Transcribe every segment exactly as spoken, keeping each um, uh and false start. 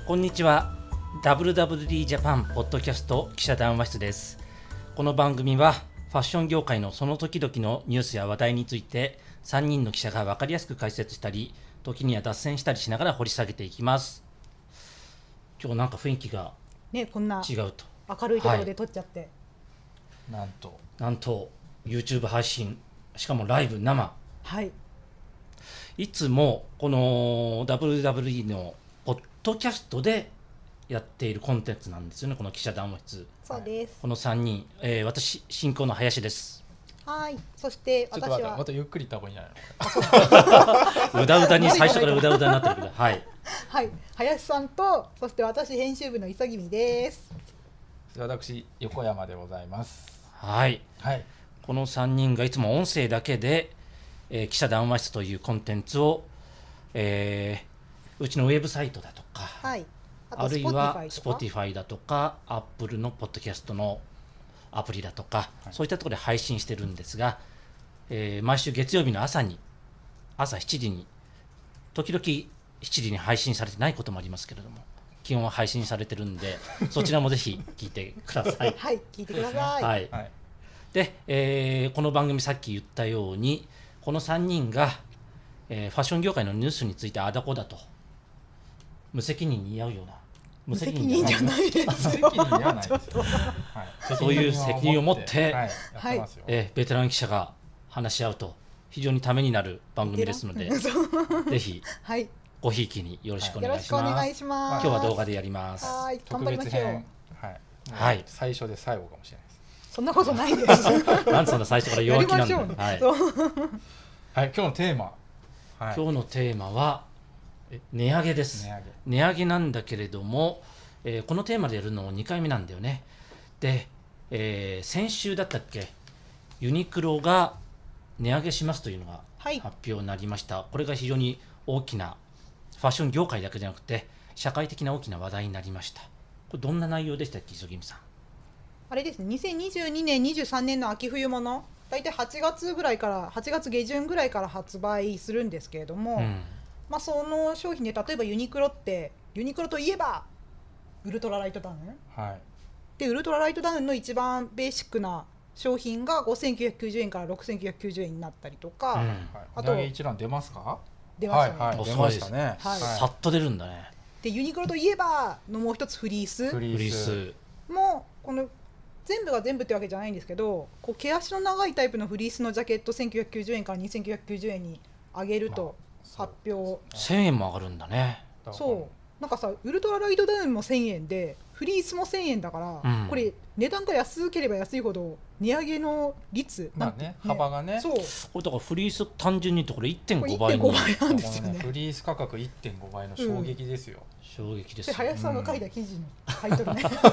こんにちは。 ダブリューダブリューディー ジャパンポッドキャスト記者談話室です。この番組はファッション業界のその時々のニュースや話題についてさんにんの記者が分かりやすく解説したり、時には脱線したりしながら掘り下げていきます。今日なんか雰囲気がね、こんな違うと、 明るいところで撮っちゃって、 はい、なんとなんと YouTube 配信、しかもライブ生、 はい、 いつもこの ダブリューダブリューイー のポッドキャストでやっているコンテンツなんですよね、この記者談話室。 そうです。 このさんにん、えー、私進行の林です。 はい、そしてちょっと私はまたゆっくり言った方がいいんじゃないの。 うだうだに最初からうだうだになってるけど、はい、 はい、林さんと、そして私編集部の磯君です。 私横山でございます。 はい、 はい、 このさんにんがいつも音声だけで、えー、記者談話室というコンテンツを、えー、うちのウェブサイトだとか、 はい、あとあるいは Spotify Spotify だとか Apple のポッドキャストのアプリだとか、はい、そういったところで配信してるんですが、えー、毎週月曜日の朝に朝しちじに、時々しちじに配信されてないこともありますけれども、基本は配信されてるんでそちらもぜひ聞いてください。 はい、聞いてください。 はい、で、えー、この番組さっき言ったように、このさんにんが、えー、ファッション業界のニュースについてあだこだと無責任に言い合うような、 無責任じゃないですよ。 無責任ではないですよ。 そういう責任を持って、 はい、やってますよ。 えー、ベテラン記者が話し合うと非常にためになる番組ですのでぜひごひいきによろしくお願いします。 よろしくお願いします。 今日は動画でやります。 はい、頑張りましょう。 特別編、はい、はい、最初で最後かもしれないです。 そんなことないです。 なんでそんな最初から弱気なんだ。ね、はい、 はい、今日のテーマ、 はい、今日のテーマは値上げです。値上げ、値上げなんだけれども、えー、このテーマでやるのにかいめなんだよね。で、えー、先週だったっけ、ユニクロが値上げしますというのが発表になりました、はい、これが非常に大きな、ファッション業界だけじゃなくて社会的な大きな話題になりました。これどんな内容でしたっけ、磯君さん。 あれですね、にせんにじゅうにねんにじゅうさんねんの秋冬物、だいたいはちがつぐらいからはちがつげじゅんぐらいから発売するんですけれども、うん、まあ、その商品で例えばユニクロって、ユニクロといえばウルトラライトダウン、はい、でウルトラライトダウンの一番ベーシックな商品がごせんきゅうひゃくきゅうじゅうえんからろくせんきゅうひゃくきゅうじゅうえんになったりとか、うん、 あと値上げ一覧出ますか。 出ましたね、 はいはい、出ましたね、 はい、さっと出るんだね。 でユニクロといえばのもう一つフリース、 フリースもこの全部が全部ってわけじゃないんですけど、こう毛足の長いタイプのフリースのジャケットせんきゅうひゃくきゅうじゅうえんからにせんきゅうひゃくきゅうじゅうえんに上げると発表、まあ、 せんえんも上がるんだね。 そうなんかさ、ウルトラライトダウンもせんえんでフリースもせんえんだから、うん、これ値段が安ければ安いほど値上げの率、 まあね、幅がね、 そうこれだからフリース単純に言うとこれ いってんご 倍に、 いってんごばいなんですよね。 フリース価格 いってんご 倍の衝撃ですよ、 うん、衝撃ですよ。 林さんが書いた記事のタイトルね、うん、なんか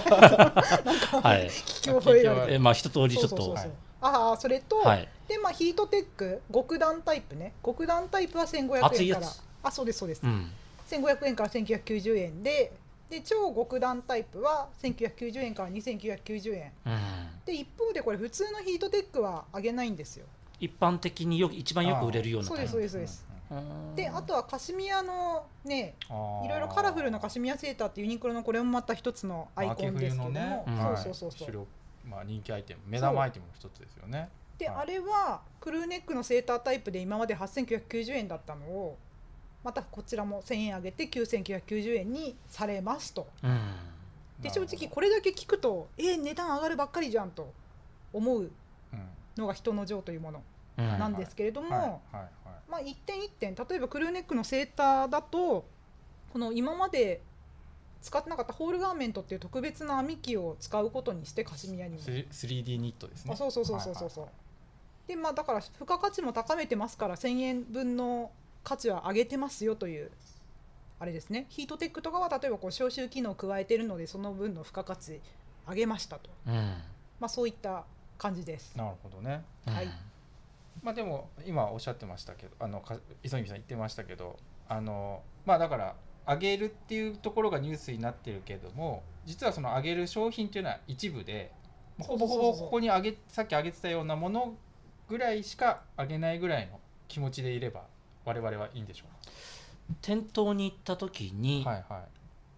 聞き覚えられる、 まあ一通りちょっと、 そうそうそうそう、ああ、それと、はい、でまあヒートテック極暖タイプね、極暖タイプはせんごひゃくえんから、あ、そうですそうです、うん、せんごひゃくえんからせんきゅうひゃくきゅうじゅうえんで、で超極暖タイプはせんきゅうひゃくきゅうじゅうえんからにせんきゅうひゃくきゅうじゅうえん、うん、で一方でこれ普通のヒートテックは上げないんですよ。 一般的によ一番よく売れるようなタイプ。そうですそうですそうです。であとはカシミヤのね、いろいろカラフルなカシミヤセーターってユニクロのこれもまた一つのアイコンですけども、ね、うん、そうそうそうそう、 まあ、人気アイテム、目玉アイテムの一つですよね。 で、はい、あれはクルーネックのセータータイプで今まではっせんきゅうひゃくきゅうじゅうえんだったのをまたこちらもせんえん上げてきゅうせんきゅうひゃくきゅうじゅうえんにされますと、うん、で正直これだけ聞くとえー、値段上がるばっかりじゃんと思うのが人の情というものなんですけれども、まあ一点一点、例えばクルーネックのセーターだとこの今まで使ってなかったホールガーメントっていう特別な編み機を使うことにして、カシミヤにもスリーディー ニットですね。 あ、そうそうそうそうそうそう、はいはい、でまあだから付加価値も高めてますからせんえんぶんの価値は上げてますよというあれですね。ヒートテックとかは例えばこう消臭機能を加えているのでその分の付加価値上げましたと、うん、まあそういった感じです。 なるほどね、 はい、 まあ、でも今おっしゃってましたけど、あの磯君さん言ってましたけど、あのまあだから上げるっていうところがニュースになってるけども、実はその上げる商品っていうのは一部で、ほぼほぼここに上げさっき上げてたようなものぐらいしか上げないぐらいの気持ちでいれば我々はいいんでしょうか。 店頭に行った時に、 はいはい、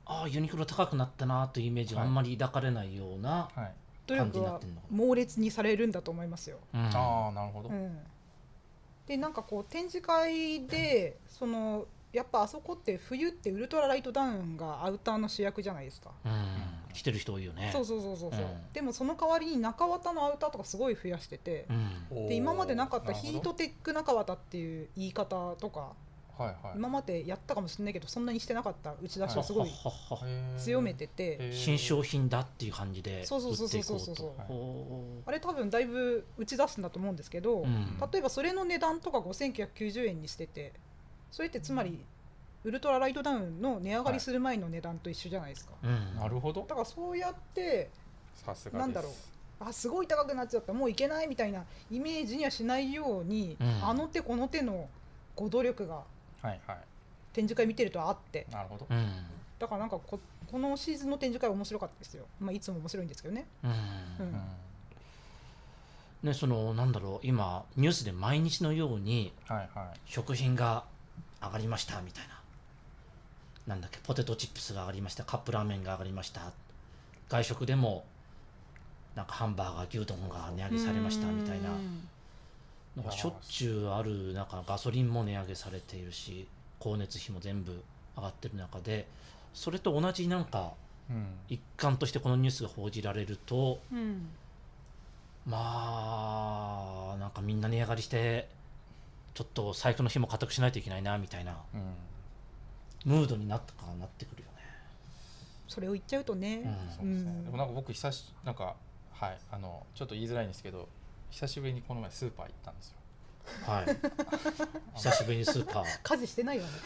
ああユニクロ高くなったなというイメージがあんまり抱かれないような努感じ力はになってるのか猛烈にされるんだと思いますよ。 な、うん、 ああなるほど、 うん、でなんかこう展示会でそのやっぱあそこって冬ってウルトラライトダウンがアウターの主役じゃないですか。 うん、着てる人多いよね。 そうそうそうそうそう、 うん、 でもその代わりに中綿のアウターとかすごい増やしてて、 うん、 で今までなかったヒートテック中綿っていう言い方とか、 はいはい、 今までやったかもしれないけどそんなにしてなかった打ち出しをすごい強めてて、 新商品だっていう感じでそうそうそうそうそうそう、あれ多分だいぶ打ち出すんだと思うんですけど、うん、例えばそれの値段とかごせんきゅうひゃくきゅうじゅうえんにしてて、それってつまりウルトラライトダウンの値上がりする前の値段と一緒じゃないですか、 はい、なるほど。 だからそうやってさすがです。 なんだろう、あすごい高くなっちゃったもういけないみたいなイメージにはしないように、うん、あの手この手のご努力がはいはい展示会見てるとあって、 なるほど、 うん、だからなんか こ, このシーズンの展示会面白かったですよ、まあ、いつも面白いんですけどね、うんうんね、そのなんだろう今ニュースで毎日のように食品が上がりましたみたいな、なんだっけポテトチップスが上がりました、カップラーメンが上がりました、外食でもなんかハンバーガー牛丼が値上げされましたみたいな、なんかしょっちゅうある中、ガソリンも値上げされているし光熱費も全部上がってる中で、それと同じなんか一環としてこのニュースが報じられると、うん、まあなんかみんな値上がりしてちょっと財布の紐固くしないといけないなみたいな、うん、ムードになったかなってくるよね。 それを言っちゃうとね、 うんそうですね、でもなんか僕久しなんかはいあのちょっと言いづらいんですけど、久しぶりにこの前スーパー行ったんですよ。 はい、久しぶりにスーパー家事してないわね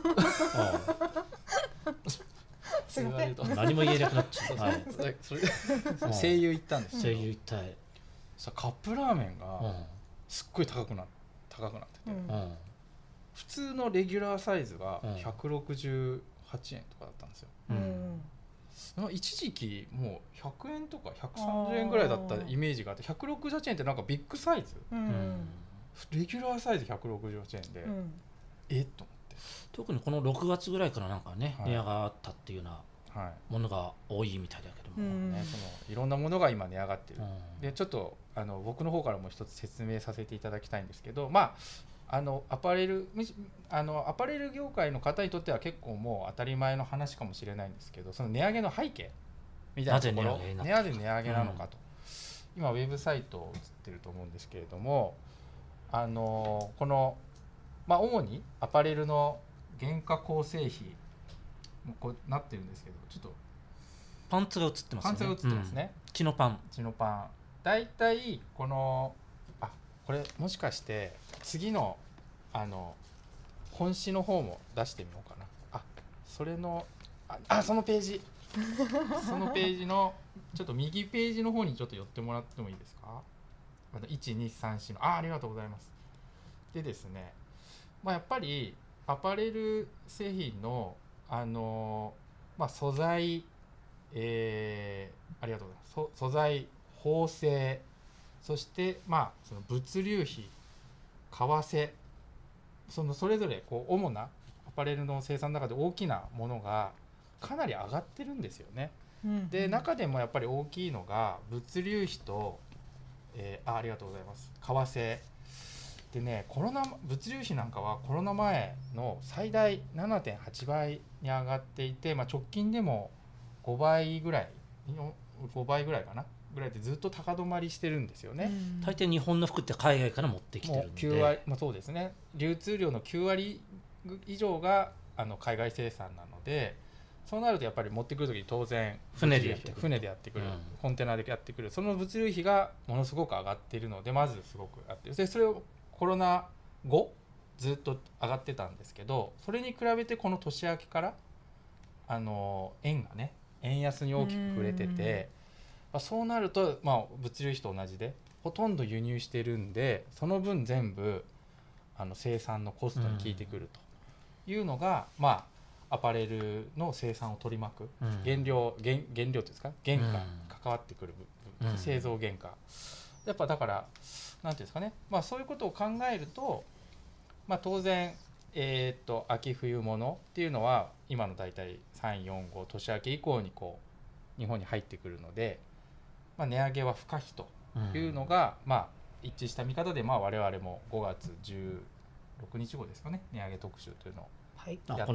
すいません何も言えなくなっちゃう、はい、 それで声優行ったんですよ。 声優行ったいさカップラーメンがすっごい高くな高くなってて、うん、普通のレギュラーサイズがひゃくろくじゅうはちえんとかだったんですよ、うん、一時期もうひゃくえんとかひゃくさんじゅうえんぐらいだったイメージがあって、ひゃくろくじゅうはちえんってなんかビッグサイズ、うんレギュラーサイズひゃくろくじゅうはちえんで、うん、えっと思って、 特にこのろくがつぐらいからなんかね、はい、値上がったっていうようなものが多いみたいだけども、 はいね、そのいろんなものが今値上がってる、うん、でちょっとあの僕の方からも一つ説明させていただきたいんですけど、まああのアパレルあのアパレル業界の方にとっては結構もう当たり前の話かもしれないんですけど、その値上げの背景みたいなところ、なぜ値上げなのかと、うん、今ウェブサイト映ってると思うんですけれども、あのこの、まあ、主にアパレルの原価構成費もこうなってるんですけど、ちょっとパンツが映ってますね。 パンツが映ってますね、 うん、チノパンチノパンだいたいこのあこれもしかして次のあの本誌の方も出してみようかな。あそれのああそのページそのページのちょっと右ページの方にちょっと寄ってもらってもいいですか。いちにさんしの あ, ありがとうございます。でですね、まあ、やっぱりアパレル製品の、あのまあ、素材、えー、ありがとうございます。そ素材、縫製、そして、まあ、その物流費、為替、そのそれぞれこう主なアパレルの生産の中で大きなものがかなり上がってるんですよね、うん、で中でもやっぱり大きいのが物流費とえー、あ, ありがとうございます。為替でね、コロナ物流費なんかはコロナ前の最大 ななてんはちばいに上がっていて、まあ、直近でもごばいぐらいごばいぐらいかなぐらいでずっと高止まりしてるんですよね。 大抵日本の服って海外から持ってきてるんで、 きゅう割、まあ、そうですね、流通量のきゅうわり以上があの海外生産なので、そうなるとやっぱり持ってくるときに当然船でやってくる、 船でやってくる、うん、コンテナでやってくる、その物流費がものすごく上がっているので、まずすごくあってでそれをコロナ後ずっと上がってたんですけど、それに比べてこの年明けからあの円がね円安に大きく触れてて、まあ、そうなると、まあ、物流費と同じでほとんど輸入してるんで、その分全部あの生産のコストに効いてくるというのが、まあアパレルの生産を取り巻く原料、原, 原料というんですか、原価、関わってくる部分、製造原価、やっぱだからなんていうんですかね、まあ、そういうことを考えると、まあ、当然、えー、と秋冬物っていうのは今の大体さん、よん、ご年明け以降にこう日本に入ってくるので、まあ、値上げは不可避というのが、うん、まあ一致した見方で、まあ、我々もごがつじゅうろくにち号ですかね、値上げ特集というのをやっていたん、はい、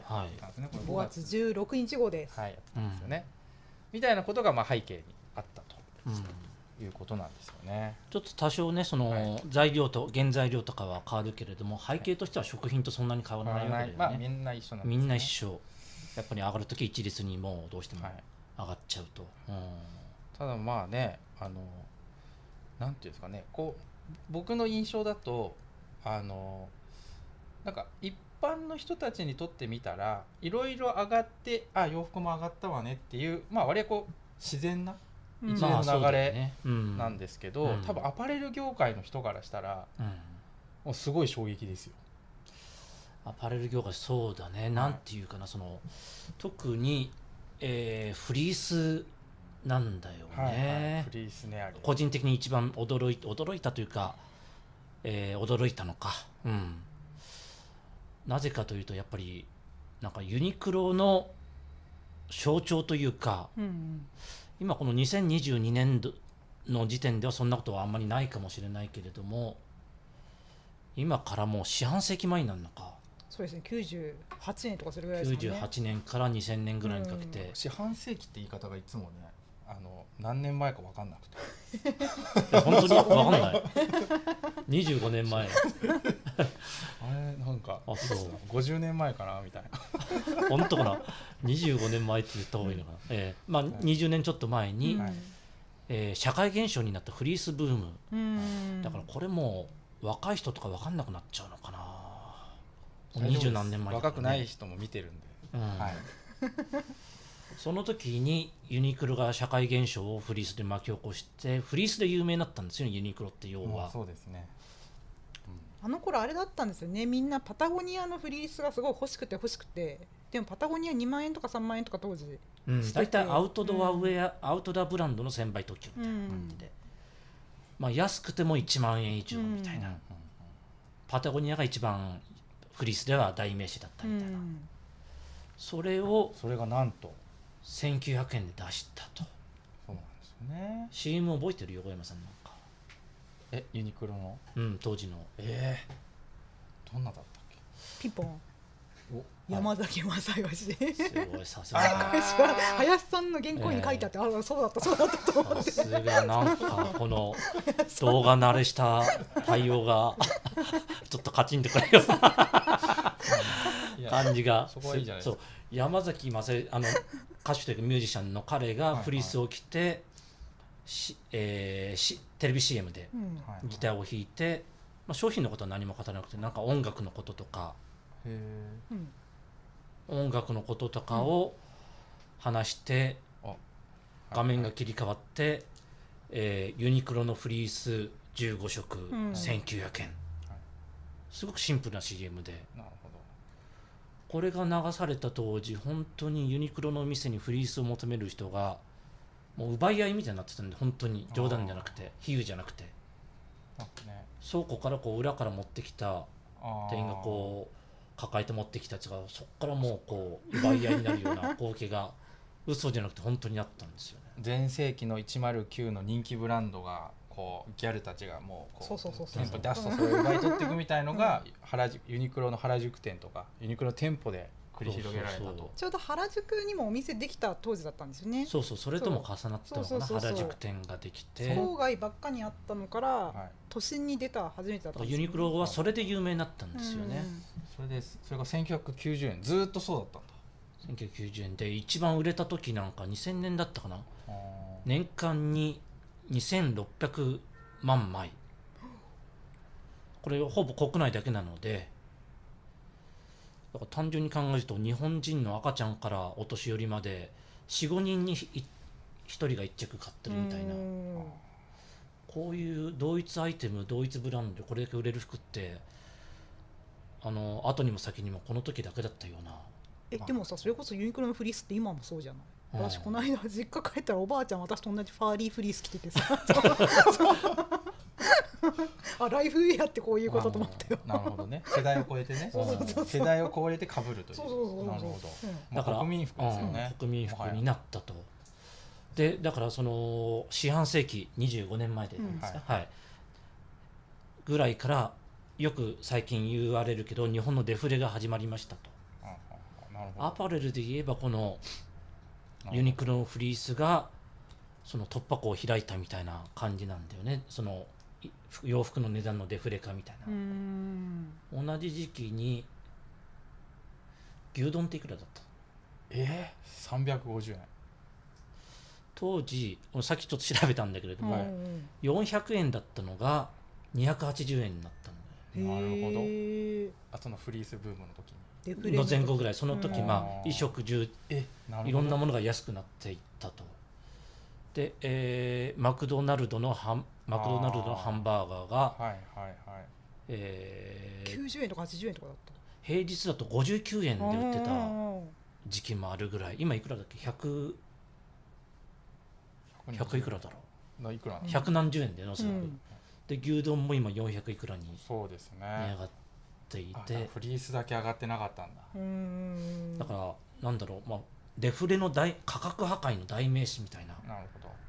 はい、 ごがつじゅうろくにち号です。 はい、やったんですよね、うん、みたいなことがまあ背景にあったと、うん、いうことなんですよね。 ちょっと多少ねその、はい、材料と原材料とかは変わるけれども、背景としては食品とそんなに変わらないわけだよね。 まあ、みんな一緒なんですね。 みんな一緒。やっぱり上がるとき一律にもうどうしても上がっちゃうと、はい、うん、 ただまあね、あのなんていうんですかね、こう僕の印象だと、あのなんか一般の人たちにとってみたらいろいろ上がって、あ洋服も上がったわねっていう、まあ割合こう自然な一連の流れなんですけど、まあね、うん、多分アパレル業界の人からしたら、うん、もうすごい衝撃ですよ。 アパレル業界そうだね、なんていうかな、その特に、えー、フリースなんだよね、はいはい、 フリース値上げ、 個人的に一番驚い驚いたというか、えー、驚いたのか、うん、なぜかというとやっぱりなんかユニクロの象徴というか、うんうん、今このにせんにじゅうにねんどの時点ではそんなことはあんまりないかもしれないけれども、今からもう四半世紀前になるのか。 そうですね、きゅうじゅうはちねんとかするぐらいですかね。 きゅうじゅうはちねんからにせんねんぐらいにかけて、うん、 四半世紀って言い方がいつもね、あの何年前か分かんなくて本当に分かんないにじゅうごねんまえあれなんかあそうごじゅうねんまえかなみたいな本当かな、にじゅうごねんまえって言った方がいいのかな、うん、えーまあ、にじゅうねんちょっと前に、うん、えー、社会現象になったフリースブーム、うん、だからこれも若い人とか分かんなくなっちゃうのかな、にじゅう何年前、 ね、若くない人も見てるんで、うん、はい、 その時にユニクロが社会現象をフリースで巻き起こして、フリースで有名になったんですよね、ユニクロって要は。 そうですね、 うん、あの頃あれだったんですよね、みんなパタゴニアのフリースがすごい欲しくて欲しくて、でもパタゴニアにまんえんとかさんまんえんとか当時、 うん、だいたいアウトドアウェア、うん、アウトドアブランドの専売特許みたいな感じで、うん、まあ、安くてもいちまんえん以上みたいな、うん、パタゴニアが一番フリースでは代名詞だったみたいな、うん、それをそれがなんとせんきゅうひゃくえんで出したと。 そうなんですよね。 シーエム 覚えてる？横山さんなんか。 えユニクロの、 うん、当時のえー、どんなだったっけ。 ピンポン、山崎正義すごい、さすが林さんの原稿に書いてあって、えー、あそうだったそうだったと思って、 さすがなんかこの動画慣れした対応がちょっとカチンとくるような感じが。 そこはいいじゃないですか。そう山崎正義、あの歌手というかミュージシャンの彼がフリースを着て、はいはい、しえー、しテレビ シーエム でギターを弾いて、うん、まあ、商品のことは何も語らなくて、なんか音楽のこととか、へー、音楽のこととかを話して、うん、画面が切り替わって、えー、ユニクロのフリースじゅうごしょく、うん、せんきゅうひゃくえん、はい、すごくシンプルな シーエム で、なるほど。これが流された当時、本当にユニクロの店にフリースを求める人がもう奪い合いみたいになってたんで、本当に冗談じゃなくて比喩じゃなくて、なんか、ね、倉庫からこう裏から持ってきた店員がこう抱えて持ってきたやつが、そこからもうこう奪い合いになるような光景が嘘じゃなくて本当にあったんですよね。 全盛期のいちまるきゅうの人気ブランドがこうギャルたちがもうこう店舗出すとそれを奪い取っていくみたいのが原宿ユニクロの原宿店とかユニクロの店舗で繰り広げられたと。そうそうそう、 ちょうど原宿にもお店できた当時だったんですよね。 そうそう、それとも重なったのかな。原宿店ができて郊外ばっかにあったのから、はい、都心に出た初めてだったんですよ、 ね、ユニクロはそれで有名になったんですよね。 それです。それがせんきゅうひゃくきゅうじゅうえん、ずーっとそうだったんだ。 せんきゅうひゃくきゅうじゅうえんで一番売れた時なんかにせんねんだったかな、年間ににせんろっぴゃくまんまい、これほぼ国内だけなので、だから単純に考えると日本人の赤ちゃんからお年寄りまで よん、ごにんにひとりがいっちゃく買ってるみたいな、こういう同一アイテム同一ブランドでこれだけ売れる服って、あの後にも先にもこの時だけだったような。 えでもさ、それこそユニクロのフリースって今もそうじゃない。私この間実家帰ったらおばあちゃん私と同じファーリーフリース着ててさあライフウェアってこういうことと思ったよ。 なるほどね、世代を超えてねそうそうそうそう世代を超えて被るという。 そうそうそうそうなるほど、 うんだから国民服ですよね、 うん、国民服になったと。でだからその四半世紀にじゅうごねんまえでなんですか、 うんはい、ぐらいからよく最近言われるけど日本のデフレが始まりましたと。 なるほど。 アパレルで言えばこのなるほどユニクロのフリースがその突破口を開いたみたいな感じなんだよね。そのい洋服の値段のデフレ化みたいな。 うーん同じ時期に牛丼っていくらだった？ えー、さんびゃくごじゅうえん。 当時さっきちょっと調べたんだけれども、 はいよんひゃくえんだったのがにひゃくはちじゅうえんになったんだよね。 なるほど。 へあそのフリースブームの時に。 デフレの前後ぐらい、その時、 うんまあ衣食住えなるほどいろんなものが安くなっていったと。で、えーマクドナルドのハンマクドナルドのハンバーガーが、 はいはいはいえーきゅうじゅうえんとかはちじゅうえんとかだった平日だとごじゅうきゅうえんで売ってたうん時期もあるぐらい。今いくらだっけ？ひゃく、ひゃくいくらだろないくらなんう、 ですか。 ひゃくなんじゅうえんでのそらく、 うんで牛丼も今よんひゃくいくらにそうですね。 値上がっていあて、 フリースだけ上がってなかったんだ。 うーんだからなんだろう、まあ、デフレの大価格破壊の代名詞みたいななるほど。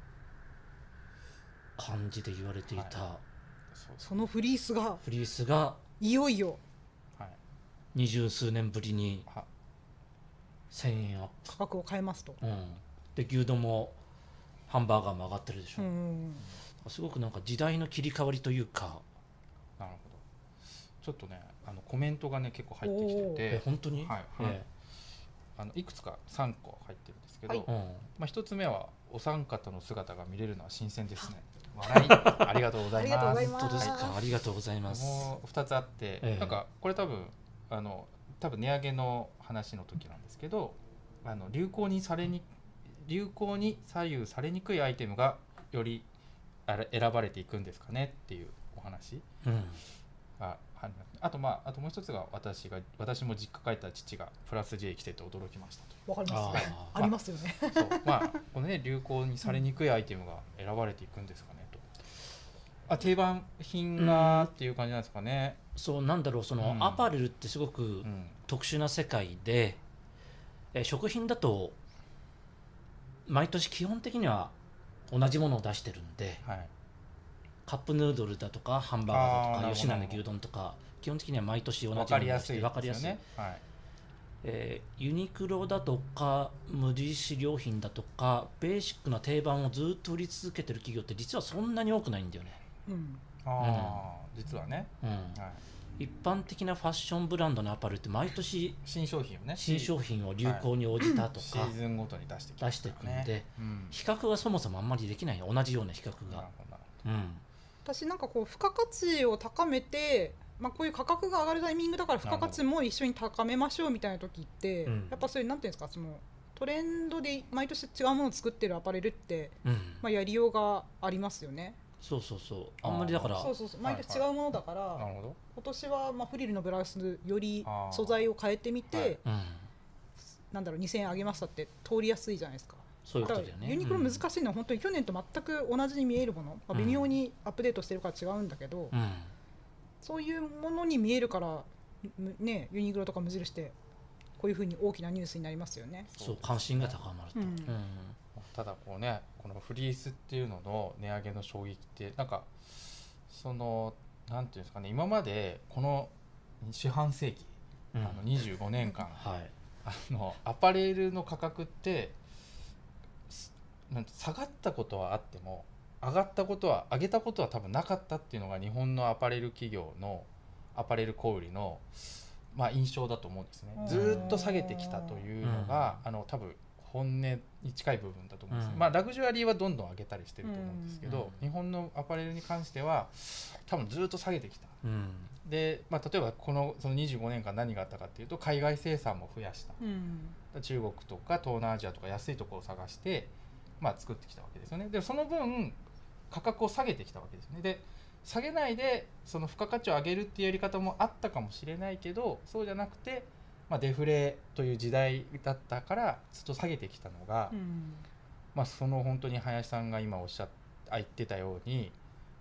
感じで言われていたそうそのフリースがフリースがいよいよはい。 二十数年ぶりにはせんえんアッ価格を変えますとプ、うん、で牛丼もハンバーガーも上がってるでしょ、 うんすごくなんか時代の切り替わりというか。 なるほど。ちょっとねあのコメントがね結構入ってきてえて、 本当に、 はいえあのいくつかさんこ入ってるんですけど、 はいえうんまあ、ひとつめはお三方の姿が見れるのは新鮮ですね。笑いありがとうございありがとうございま。 ますす本当ですか、ありがとうございます。 もうふたつあって、 ええなんかこれ多分あの多分値上げの話の時なんですけど、あの流行にされに流行に左右されにくいアイテムがよりあれ選ばれていくんですかねっていうお話うんがありますね。あとまああともう一つが私が私も実家帰った父がプラス J 着てて驚きましたと。 わかりますねあありますよねそうまあこのね流行にされにくいアイテムが選ばれていくんですかねと。あ定番品がっていう感じなんですかね。 そうなんだろう、その、 うんアパレルってすごくうん特殊な世界で、えー食品だと毎年基本的には同じものを出してるんで、 はい。 カップヌードルだとかハンバーガーだとあーなるほどか吉野の牛丼とか基本的には毎年同じものをわかりやすい出して分かりやすい、 ね。はい。 えーユニクロだとか無印良品だとかベーシックな定番をずっと売り続けてる企業って実はそんなに多くないんだよね、 うんああ、実はね。 うんはい。 一般的なファッションブランドのアパレルって毎年新商品をね。 新商品を流行に応じたとシかーズンごとに出してき出していくんで、 うん。 比較がそもそもあんまりできないよ、同じような比較がなる、ほどなるうん、 私なんかこう付加価値を高めて、まあ、こういう価格が上がるタイミングだから付加価値も一緒に高めましょうみたいな時って、 うんやっぱそういうなんていうんですか、そのトレンドで毎年違うものを作ってるアパレルって、 うん、 まあ、やりようがありますよね。 そうそうそう、あんまりだからそうそうそう、毎年違うものだから、 ほど。なるほど。 今年はまあフリルのブラウスよりあー素材を変えてみて、 はいうん、 なんだろうにせんえん上げましたって通りやすいじゃないですか。 そういうだからことだよね。 ユニクロ難しいのは本当に去年と全く同じに見えるもの、まあ、微妙にアップデートしてるから違うんだけど、 うん、うんそういうものに見えるからむね、ユニクロとか無印ってこういうふうに大きなニュースになりますよね。 そう関心が高まると、 うんうんただこうねこのフリースっていうのの値上げの衝撃ってなんかそのなんていうんですかね、今までこの四半世紀、 うんあのにじゅうごねんかんはいあのアパレルの価格ってすなんて下がったことはあっても上がったことは上げたことは多分なかったっていうのが日本のアパレル企業のアパレル小売の、まあ、印象だと思うんですね。ずーっと下げてきたというのが、あの多分本音に近い部分だと思うんです、 うんまあラグジュアリーはどんどん上げたりしてると思うんですけど、 うん日本のアパレルに関しては多分ずーっと下げてきた。 うんで、まあ、例えばこのそのにじゅうごねんかん何があったかっていうと海外生産も増やした、 うん中国とか東南アジアとか安いところを探して、まあ、作ってきたわけですよね。でその分価格を下げてきたわけですよね。で下げないでその付加価値を上げるっていうやり方もあったかもしれないけど、そうじゃなくて、まあ、デフレという時代だったからずっと下げてきたのが、 うんまあ、その本当に林さんが今おっしゃっあ言ってたように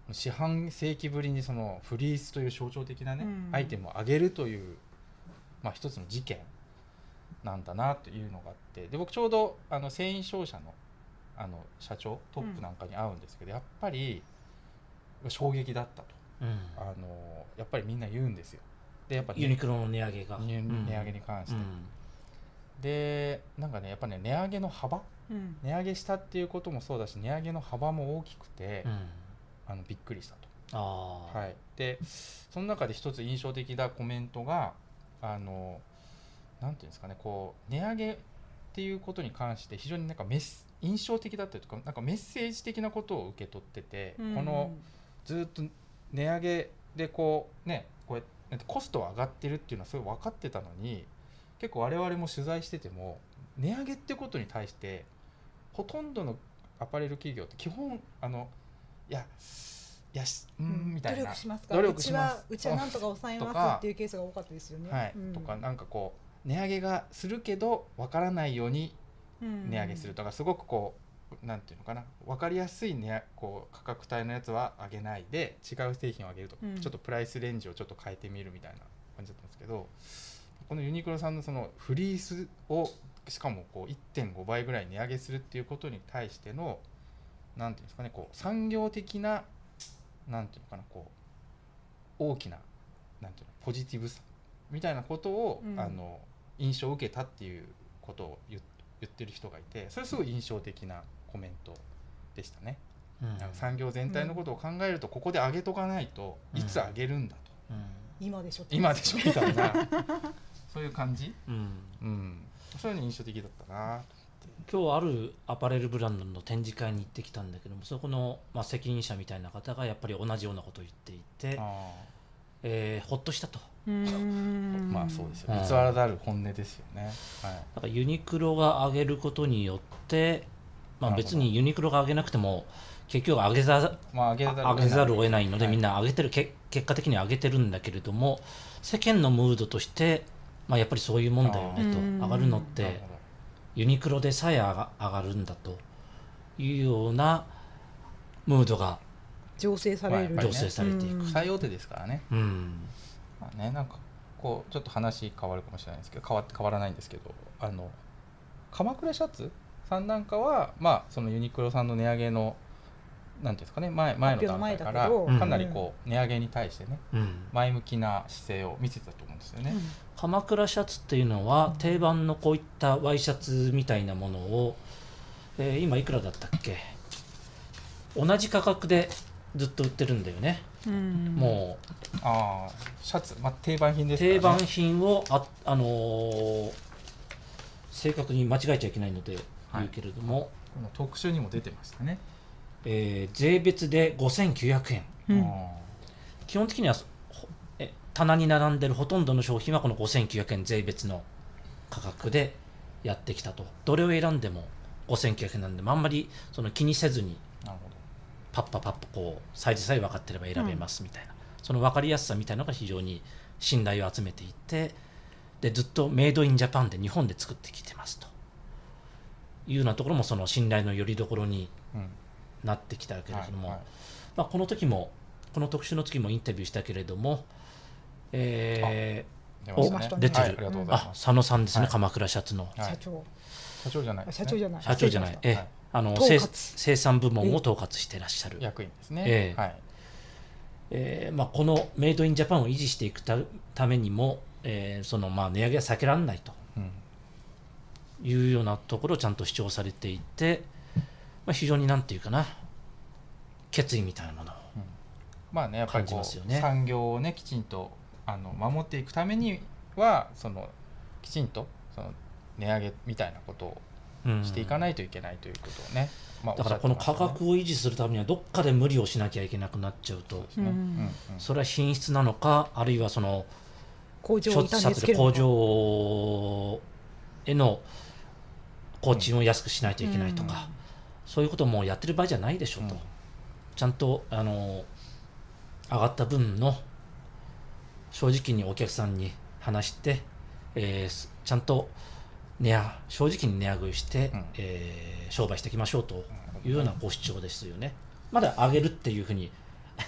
四半世紀ぶりにそのフリースという象徴的なね、 うんアイテムを上げるという、まあ、一つの事件なんだなというのがあって、で僕ちょうどあの繊維商社のあの社長トップなんかに会うんですけど、うん、やっぱり衝撃だったと、うん、あのやっぱりみんな言うんですよ。でやっぱ、ね、 ユニクロの値上げが、 値上げに関して、うん、でなんかねやっぱね値上げの幅、うん、値上げしたっていうこともそうだし、値上げの幅も大きくて、うん、あのびっくりしたと。あ、はい、でその中で一つ印象的なコメントがあのなんていうんですかね、こう値上げっていうことに関して非常になんかメス印象的だったりとか、なんかメッセージ的なことを受け取ってて、うん、このずっと値上げでこうねこうやってコストが上がってるっていうのはすごい分かってたのに、結構我々も取材してても値上げってことに対してほとんどのアパレル企業って基本あのいやいやうん、うん、みたいな努力しますから、努力します、うちはうちはなんとか抑えますっていうケースが多かったですよね。 はい、うん、とかなんかこう値上げがするけど分からないように値上げするとか、すごくこうなんていうのかな、分かりやすい、ね、こう価格帯のやつは上げないで違う製品を上げるとか、うん、ちょっとプライスレンジをちょっと変えてみるみたいな感じだったんですけど、このユニクロさんのそのフリースをしかもこう いってんご 倍ぐらい値上げするっていうことに対してのなんていうんですかね、こう産業的ななんていうのかな、こう大きななんていうのポジティブさみたいなことを、うん、あの印象を受けたっていうことを言って言ってる人がいて、それすごい印象的なコメントでしたね、うん、産業全体のことを考えると、ここで上げとかないといつ上げるんだと、うんうん、 今でしょ今でしょみたいなそういう感じ、うんうん、そういうの印象的だったなと。 今日あるアパレルブランドの展示会に行ってきたんだけども、そこの、まあ、責任者みたいな方がやっぱり同じようなことを言っていて、あ、えー、ほっとしたと。 うーん、まあそうですよ、偽らざる本音ですよね、はい、 だからユニクロが上げることによって、まあ、別にユニクロが上げなくても結局上げざ、まあ、上げざる上げざるを得ないので、はい、みんな上げてる、け結果的に上げてるんだけれども、世間のムードとして、まあ、やっぱりそういうもんだよねと、上がるのってユニクロでさえ上が、上がるんだというようなムードが醸成される、 醸成されていく。 最大手ですからね、うん、まあね、なんかこうちょっと話変わるかもしれないですけど、変わ変わらないんですけど、あの鎌倉シャツさんなんかは、まあ、そのユニクロさんの値上げのなんていうんですかね、前前の段階からかなりこう値上げに対してね、うん、前向きな姿勢を見せてたと思うんですよね、うん、 鎌倉シャツっていうのは定番のこういったワイシャツみたいなものを、えー、今いくらだったっけ、同じ価格でずっと売ってるんだよね、うん、もうあシャツ、まあ、定番品ですからね、 定番品をあ、あのー、正確に間違えちゃいけないので言うけれども、はい、 この特集にも出てましたね、 えー、税別でごせんきゅうひゃくえん、うん、基本的にはえ棚に並んでるほとんどの商品はこのごせんきゅうひゃくえん税別の価格でやってきたと。どれを選んでもごせんきゅうひゃくえんなんで、あんまりその気にせずにパッパパッパこうサイズさえ分かってれば選べますみたいな、うん、その分かりやすさみたいなのが非常に信頼を集めていて、でずっとメイドインジャパンで日本で作ってきてますというようなところもその信頼のよりどころになってきたけれども、はいはい、まあ、この時もこの特集の時もインタビューしたけれども、えー、お出てる、はい、あ佐野さんですね、はい、鎌倉シャツの、 はい、社長社長じゃない、ね、 社長じゃない社長じゃない、え、はい、あの生, 生産部門を統括していらっしゃる役員ですね、 えーはい、 えーまあ、このメイドインジャパンを維持していく た, ためにも、えーそのまあ値上げは避けられないというようなところをちゃんと主張されていて、まあ、非常になんていうかな、決意みたいなものを、うん、 まあね、やっぱりこう、ね、産業をねきちんとあの守っていくためにはそのきちんとその値上げみたいなことをしていかないといけないということをね、うん、まあ、 だからこの価格を維持するためにはどっかで無理をしなきゃいけなくなっちゃうと、 そうですね、うんうん、それは品質なのか、あるいはその工場を傷つける工場への工賃を安くしないといけないとか、うん、そういうこともやってる場合じゃないでしょうと、うん、ちゃんとあの上がった分の正直にお客さんに話して、えー、ちゃんと値上正直に値上げして、うん、えー、商売していきましょうというようなご主張ですよね。まだ上げるっていうふうに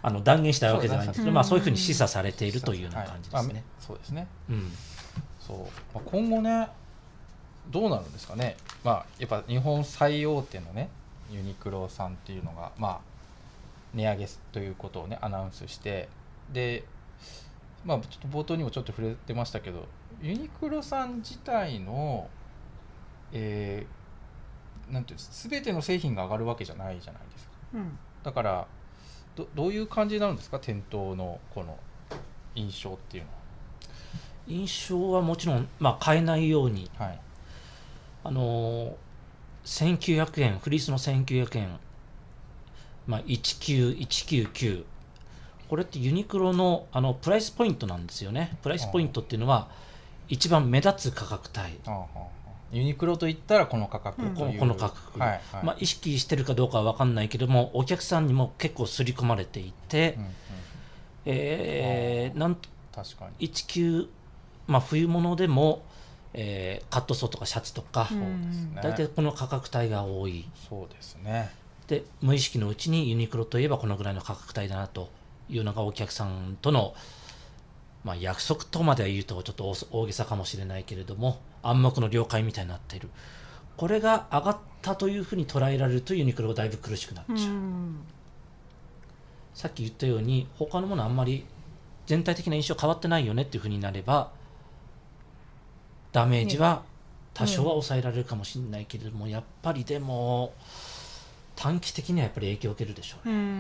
あの断言したわけじゃないんですけど、 そうまあ、そういうふうに示唆されているというような感じですね。 はい、そうですね、 うん、 そう、まあ、今後ねどうなるんですかね、まあ、やっぱ日本最大手のねユニクロさんっていうのが、まあ、値上げということをねアナウンスして、で、まあ、ちょっと冒頭にもちょっと触れてましたけど、ユニクロさん自体の、えー、なんていうんです、全ての製品が上がるわけじゃないじゃないですか、 うん、 だからど, どういう感じになるんですか、店頭のこの印象っていうのは。 印象はもちろん、まあ、変えないように、 はい、 あのー、せんきゅうひゃくえん、フリースのせんきゅうひゃくえん、まあ、いちきゅういちきゅうきゅう、これってユニクロ の, あのプライスポイントなんですよね。プライスポイントっていうのは一番目立つ価格帯、 ああああ、ユニクロといったらこの価格という、 この価格、 はいはい、 まあ、意識してるかどうかは分かんないけども、お客さんにも結構刷り込まれていて、うんうん、えー、なん確かにいちきゅう、まあ、冬物でも、えー、カットソーとかシャツとか、 そうですね、 大体この価格帯が多い。 そうですね。 で無意識のうちにユニクロといえばこのぐらいの価格帯だなというのがお客さんとの、まあ、約束とまでは言うとちょっと大げさかもしれないけれども、暗黙の了解みたいになっている。これが上がったというふうに捉えられるとユニクロがだいぶ苦しくなっちゃう。うん、さっき言ったように他のものあんまり全体的な印象変わってないよねっていうふうになればダメージは多少は抑えられるかもしれないけれども、うん、やっぱりでも短期的にはやっぱり影響を受けるでしょうね。うん、うん、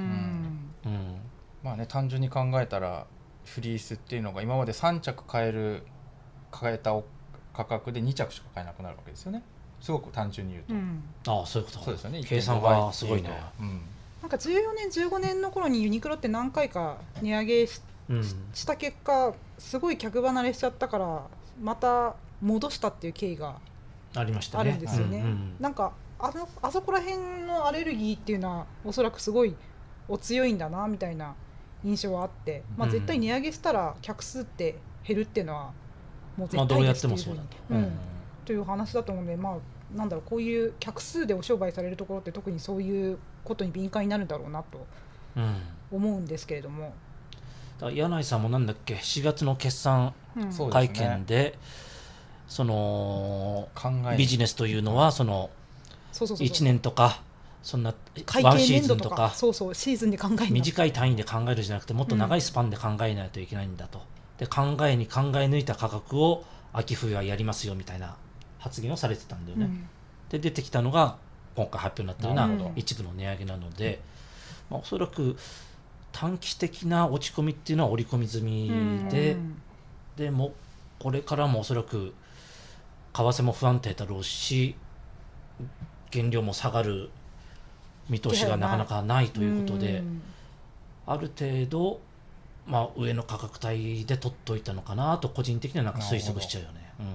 まあね、単純に考えたらフリースっていうのが今までさん着買える買えた価格でに着しか買えなくなるわけですよね。すごく単純に言うと、うん、 ああそういうこと。 そうですよね。 計算がすごいね。 うん、なんかじゅうよねんじゅうごねんの頃にユニクロって何回か値上げ し,、うん、した結果すごい客離れしちゃったからまた戻したっていう経緯があるんですよね。ありましたね。うんうん、なんかあのあそこら辺のアレルギーっていうのはおそらくすごいお強いんだなみたいな印象はあって、まあ、絶対値上げしたら客数って減るっていうのはもう絶対ですっていうふうに、うん、という話だと思うので、まあ、なんだろうこういう客数でお商売されるところって特にそういうことに敏感になるんだろうなと思うんですけれども、 うん、柳井さんもなんだっけしがつの決算会見で、うん、そのビジネスというのはそのいちねんとかそんなワンシーズンとかそうそうシーズンで考える短い単位で考えるじゃなくてもっと長いスパンで考えないといけないんだと、で考えに考え抜いた価格を秋冬はやりますよみたいな発言をされてたんだよね、うん、で出てきたのが今回発表になったような一部の値上げなので、まあ、おそらく短期的な落ち込みっていうのは織り込み済みで、うん、でもこれからもおそらく為替も不安定だろうし原料も下がる見通しがなかなかないということで、ある程度、まあ、上の価格帯で取っといたのかなと個人的にはなんか推測しちゃうよね、うん、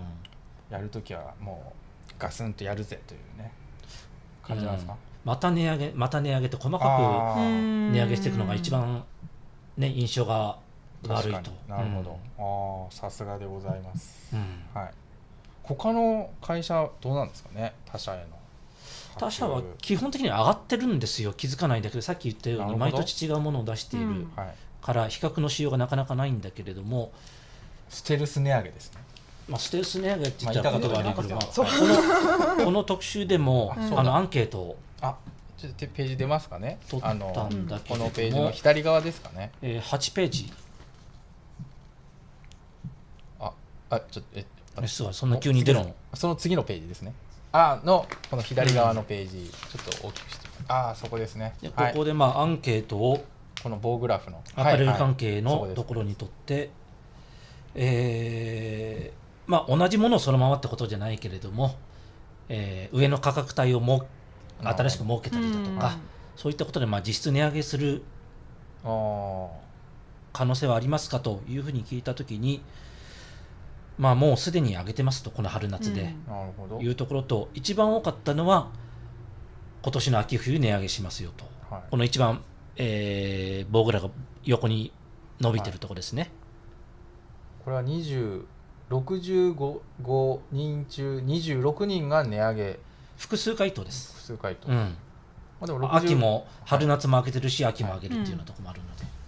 やるときはもうガスンとやるぜというね感じなんですか、うん、 また値上げまた値上げって細かく値上げしていくのが一番、ね、印象が悪いと。 なるほど、うん、ああさすがでございます、うんはい、他の会社どうなんですかね。他社への他社は基本的に上がってるんですよ。気づかないだけでさっき言ったように毎年違うものを出しているから比較のしようがなかなかないんだけれども、 ステルス値上げですね。 まあ、ステルス値上げって言ったらことがあるけど、まあ、このこの特集でもあのアンケートをあちょっとページ出ますかね。 取ったんだけれどもこのページの左側ですかね、 えー、はちページああちょっとえあれすごいそんな急に出るの。 その次のページですね。あのこの左側のページ、うん、ちょっと大きくしてああそこですね。 でここでまあアンケートをこの棒グラフのアパレル関係のところにとって、はいはい、えー、まあ同じものをそのままってことじゃないけれども、えー、上の価格帯をも新しく設けたりだとか、そういったことでまあ実質値上げする可能性はありますかというふうに聞いたときに、まあ、もうすでに上げてますとこの春夏で、うん、いうところと一番多かったのは今年の秋冬値上げしますよと、はい、この一番、えー、棒グラフが横に伸びてるところですね、はい、 これはにじゅうろくじゅうごにん中にじゅうろくにんが値上げ複数回答です。 複数回答、 うんまあ、でも秋も春夏も上げてるし、はい、秋も上げるっていうようなところもあるので、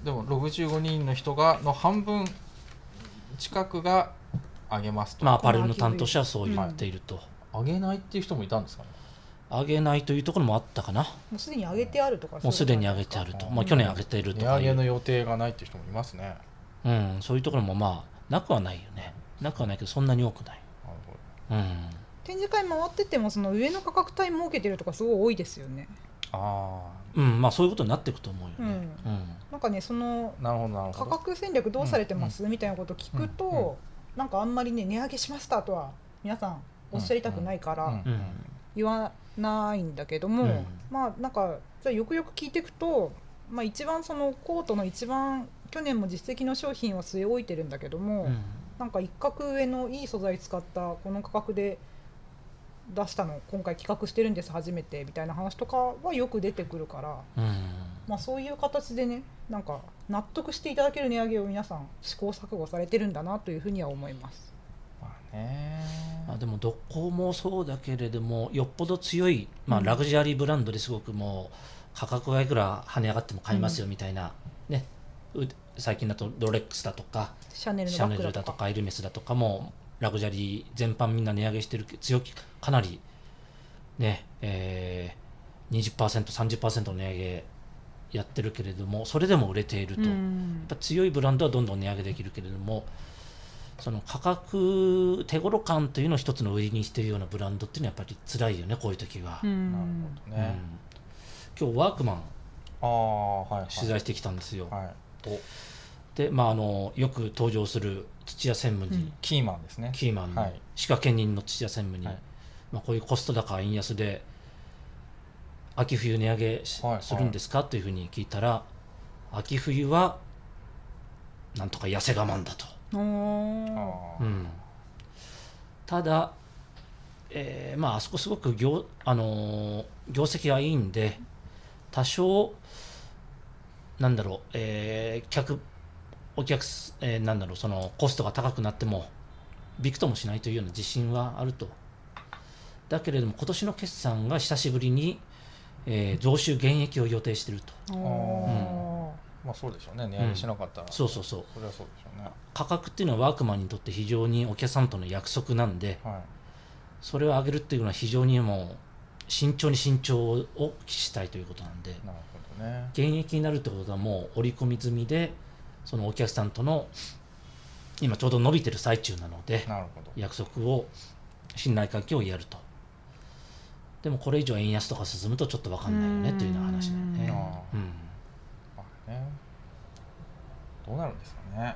でもろくじゅうごにんの人がの半分近くが上げますと、 まあアパレルの担当者はそう言っていると、 上げないっていう人もいたんですかね。 上げないというところもあったかな。 もうすでに上げてあるとか、 もうすでに上げてあると、まあ、去年上げているとかいう値上げの予定がないっていう人もいますね。 うん、そういうところもまあなくはないよね。なくはないけどそんなに多くない。 なるほど。 うん、 展示会回っててもその上の価格帯設けてるとかすごい多いですよね。 あうん、まあそういうことになっていくと思うよね。 うん、なんかねそのあ、なるほどなるほ価ど。 格戦略どうされてます、 うんみたいなことを聞くと、 うんうんなんかあんまりね値上げしましたとは皆さんおっしゃりたくないからうんうん言わないんだけども、 うんまあなんかじゃあよくよく聞いていくと、まあ、一番そのコートの一番去年も実績の商品は据え置いてるんだけども、 うんなんか一角上のいい素材使ったこの価格で出したの今回企画してるんです初めてみたいな話とかはよく出てくるから、 うんまあ、そういう形でねなんか納得していただける値上げを皆さん試行錯誤されてるんだなというふうには思います。 まあね、 まあ、でもどこもそうだけれどもよっぽど強い、まあ、ラグジュアリーブランドですごくもう価格がいくら跳ね上がっても買いますよみたいな、うんね、最近だとロレックスだとかシャネルのシャネルバッグだとかだとかエルメスだとかもラグジュアリー全般みんな値上げしてる強気かなりねえー、にじゅっパーセント、さんじゅっパーセント の値上げやってるけれどもそれでも売れていると、 うやっんぱ強いブランドはどんどん値上げできるけれどもその価格手頃感というのを一つの売りにしているようなブランドっていうのはやっぱり辛いよねこういう時は、 うんなるほどね。 うん、今日ワークマンああ、はいはい。 取材してきたんですよ、 はい。お、 で、まあ、あのよく登場する土屋専務に、 うんキーマンですね。 キーマンのはい歯科兼任の土屋専務に、 はいまあ、こういうコスト高円安で秋冬値上げし、 はいはいするんですかというふうに聞いたら秋冬はなんとか痩せ我慢だと、 おーあーうん、ただ、えーまああそこすごく業、あのー業績がいいんで多少なんだろう、えー客お客す、えーなんだろうそのコストが高くなってもびくともしないというような自信はあると。だけれども今年の決算が久しぶりに、えー増収減益を予定していると。 おまあそうでしょうね。値上げしなかったら。 そうそうそうそれはそうでしょうね。 価格っていうのはワークマンにとって非常にお客さんとの約束なんではい。 それを上げるっていうのは非常にもう慎重に慎重を期したいということなんでなるほどね。 減益になるってことはもう織り込み済みでそのお客さんとの今ちょうど伸びてる最中なのでなるほど。 約束を信頼関係をやると。でもこれ以上円安とか進むとちょっと分かんないよねというような話だよね。 あーうんまあね。どうなるんですかね。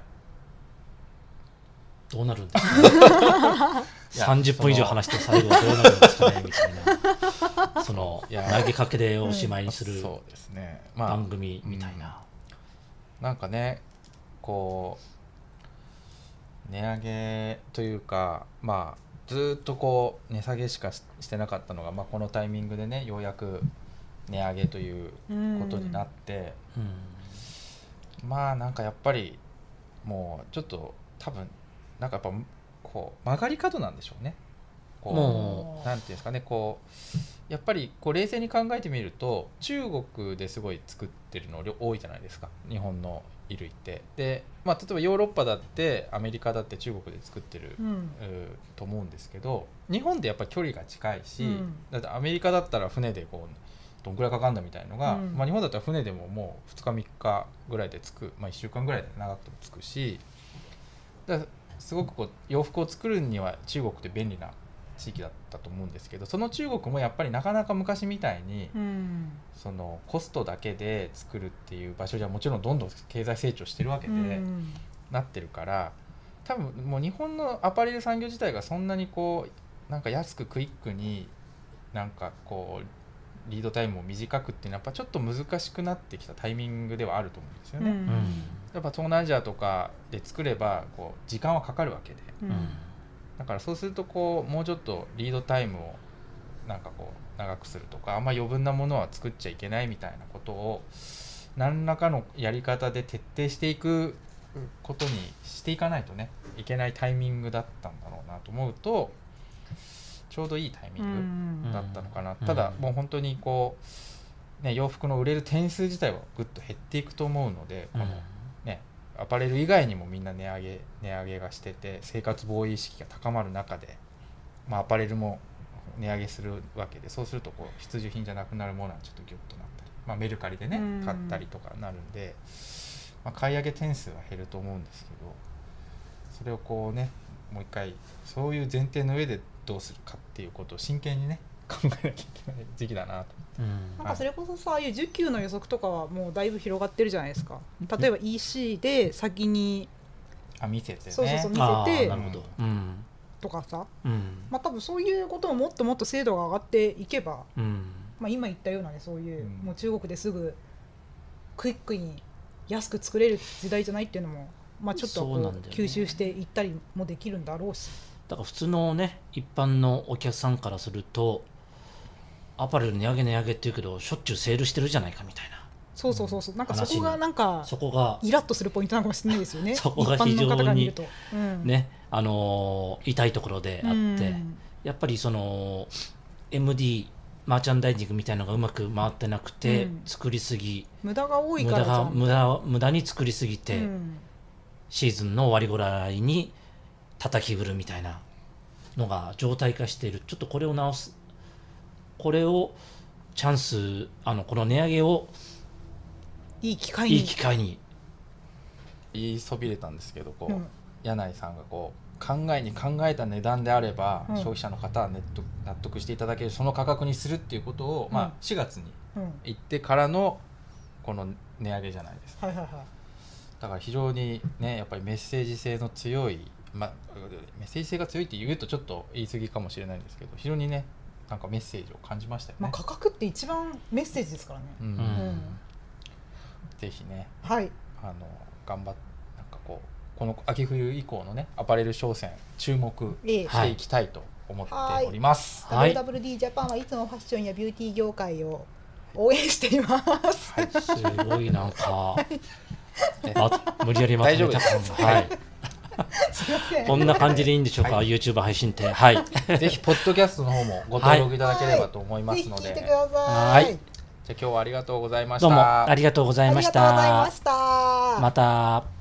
どうなるんですかねさんじゅっぷん以上話して最後はどうなるんですかねみたいなそのいや投げかけでおしまいにするそうですね。まあ番組みたいな、 なんかね、こう値上げというか、まあずーっとこう値下げしかししてなかったのが、まあこのタイミングでね、ようやく値上げということになって、 うんまあなんかやっぱりもうちょっと多分なんかやっぱこう曲がり角なんでしょうね。こもうなんていうんですかね、こうやっぱりこう冷静に考えてみると中国ですごい作ってるの多いじゃないですか、日本の衣類ってで、まあ、例えばヨーロッパだってアメリカだって中国で作ってる、 うんうと思うんですけど、日本でやっぱり距離が近いし、 うんだってアメリカだったら船でこうどんくらいかかるんだみたいのが、 うんまあ、日本だったら船でももうふつかみっかぐらいで着く、まあ、いっしゅうかんぐらいで長くても着くし、だからすごくこう洋服を作るには中国って便利な地域だったと思うんですけど、その中国もやっぱりなかなか昔みたいに、 うんそのコストだけで作るっていう場所じゃもちろんどんどん経済成長してるわけで、 うんなってるから、多分もう日本のアパレル産業自体がそんなにこうなんか安くクイックになんかこうリードタイムを短くっていうのはやっぱちょっと難しくなってきたタイミングではあると思うんですよね。 うんやっぱ東南アジアとかで作ればこう時間はかかるわけで、 うんうんだからそうするとこうもうちょっとリードタイムをなんかこう長くするとか、あんま余分なものは作っちゃいけないみたいなことを何らかのやり方で徹底していくことにしていかないとねいけないタイミングだったんだろうなと思うと、ちょうどいいタイミングだったのかな、 うんただもう本当にこうね、洋服の売れる点数自体はぐっと減っていくと思うので、 うんこのね、アパレル以外にもみんな値上げ値上げがしてて生活防衛意識が高まる中で、まあ、アパレルも値上げするわけで、そうするとこう必需品じゃなくなるものはちょっとギュッとなったり、まあ、メルカリでね買ったりとかなるんで、まあ、買い上げ点数は減ると思うんですけど、それをこうねもう一回そういう前提の上でどうするかっていうことを真剣にね考えなきゃいけない時期だなと。 うん、 なんかそれこそさ、ああいう需給の予測とかはもうだいぶ広がってるじゃないですか。例えば イーシー で先にあ見せてね、 そうそうそう見あせてーなるほど、うんとかさ、 うんまあ多分そういうことももっともっと精度が上がっていけば、 うんまあ、今言ったようなねそういう、 うんもう中国ですぐクイックに安く作れる時代じゃないっていうのも、まあ、ちょっとこうそうなんだよね吸収していったりもできるんだろうし。 だから普通のね一般のお客さんからするとアパレル値上げ値上げって言うけどしょっちゅうセールしてるじゃないかみたいな、 そうそうそうそう、なんかそ話にこがなんかそこがイラッとするポイントなのかもしれないですよねそこが一般の方から見ると、うんねあのー痛いところであって、 うんやっぱりその エムディー マーチャンダイジングみたいなのがうまく回ってなくて、 うん作りすぎ無駄が多い無駄からじゃんが無駄無駄に作りすぎて、 うんシーズンの終わりぐらいに叩き売るみたいなのが常態化している。ちょっとこれを直す、これをチャンス、あのこの値上げをいい機会にいい機会に、 言いそびれたんですけど、こう、 うん柳井さんがこう考えに考えた値段であれば、 うん消費者の方は納得納得していただけるその価格にするっていうことを、 うんまあ、しがつにうん言ってからのこの値上げじゃないですか。 はいはいはいだから非常にねやっぱりメッセージ性の強い、まあ、メッセージ性が強いって言うとちょっと言い過ぎかもしれないんですけど、非常にねなんかメッセージを感じましたよね。 まあ、価格って一番メッセージですからね、 うんうんぜひねはいあの頑張っなんかこうこの秋冬以降のねアパレル商戦注目ええしていきたいと思っております。 はいダブリューダブリューディー ジャパンはいつもファッションやビューティー業界を応援しています。 はいすごいなんか、あ無理やりまとめた大丈夫です感が、はい、 すいません。 こんな感じでいいんでしょうか、 はい YouTube 配信って。はい、 ぜひポッドキャストの方もご登録いただければと思いますので、 ぜひ聞いてくじゃださい。 はいあ今日はありがとうございました。 どうもありがとうございありましがとうございまた。 した。 また。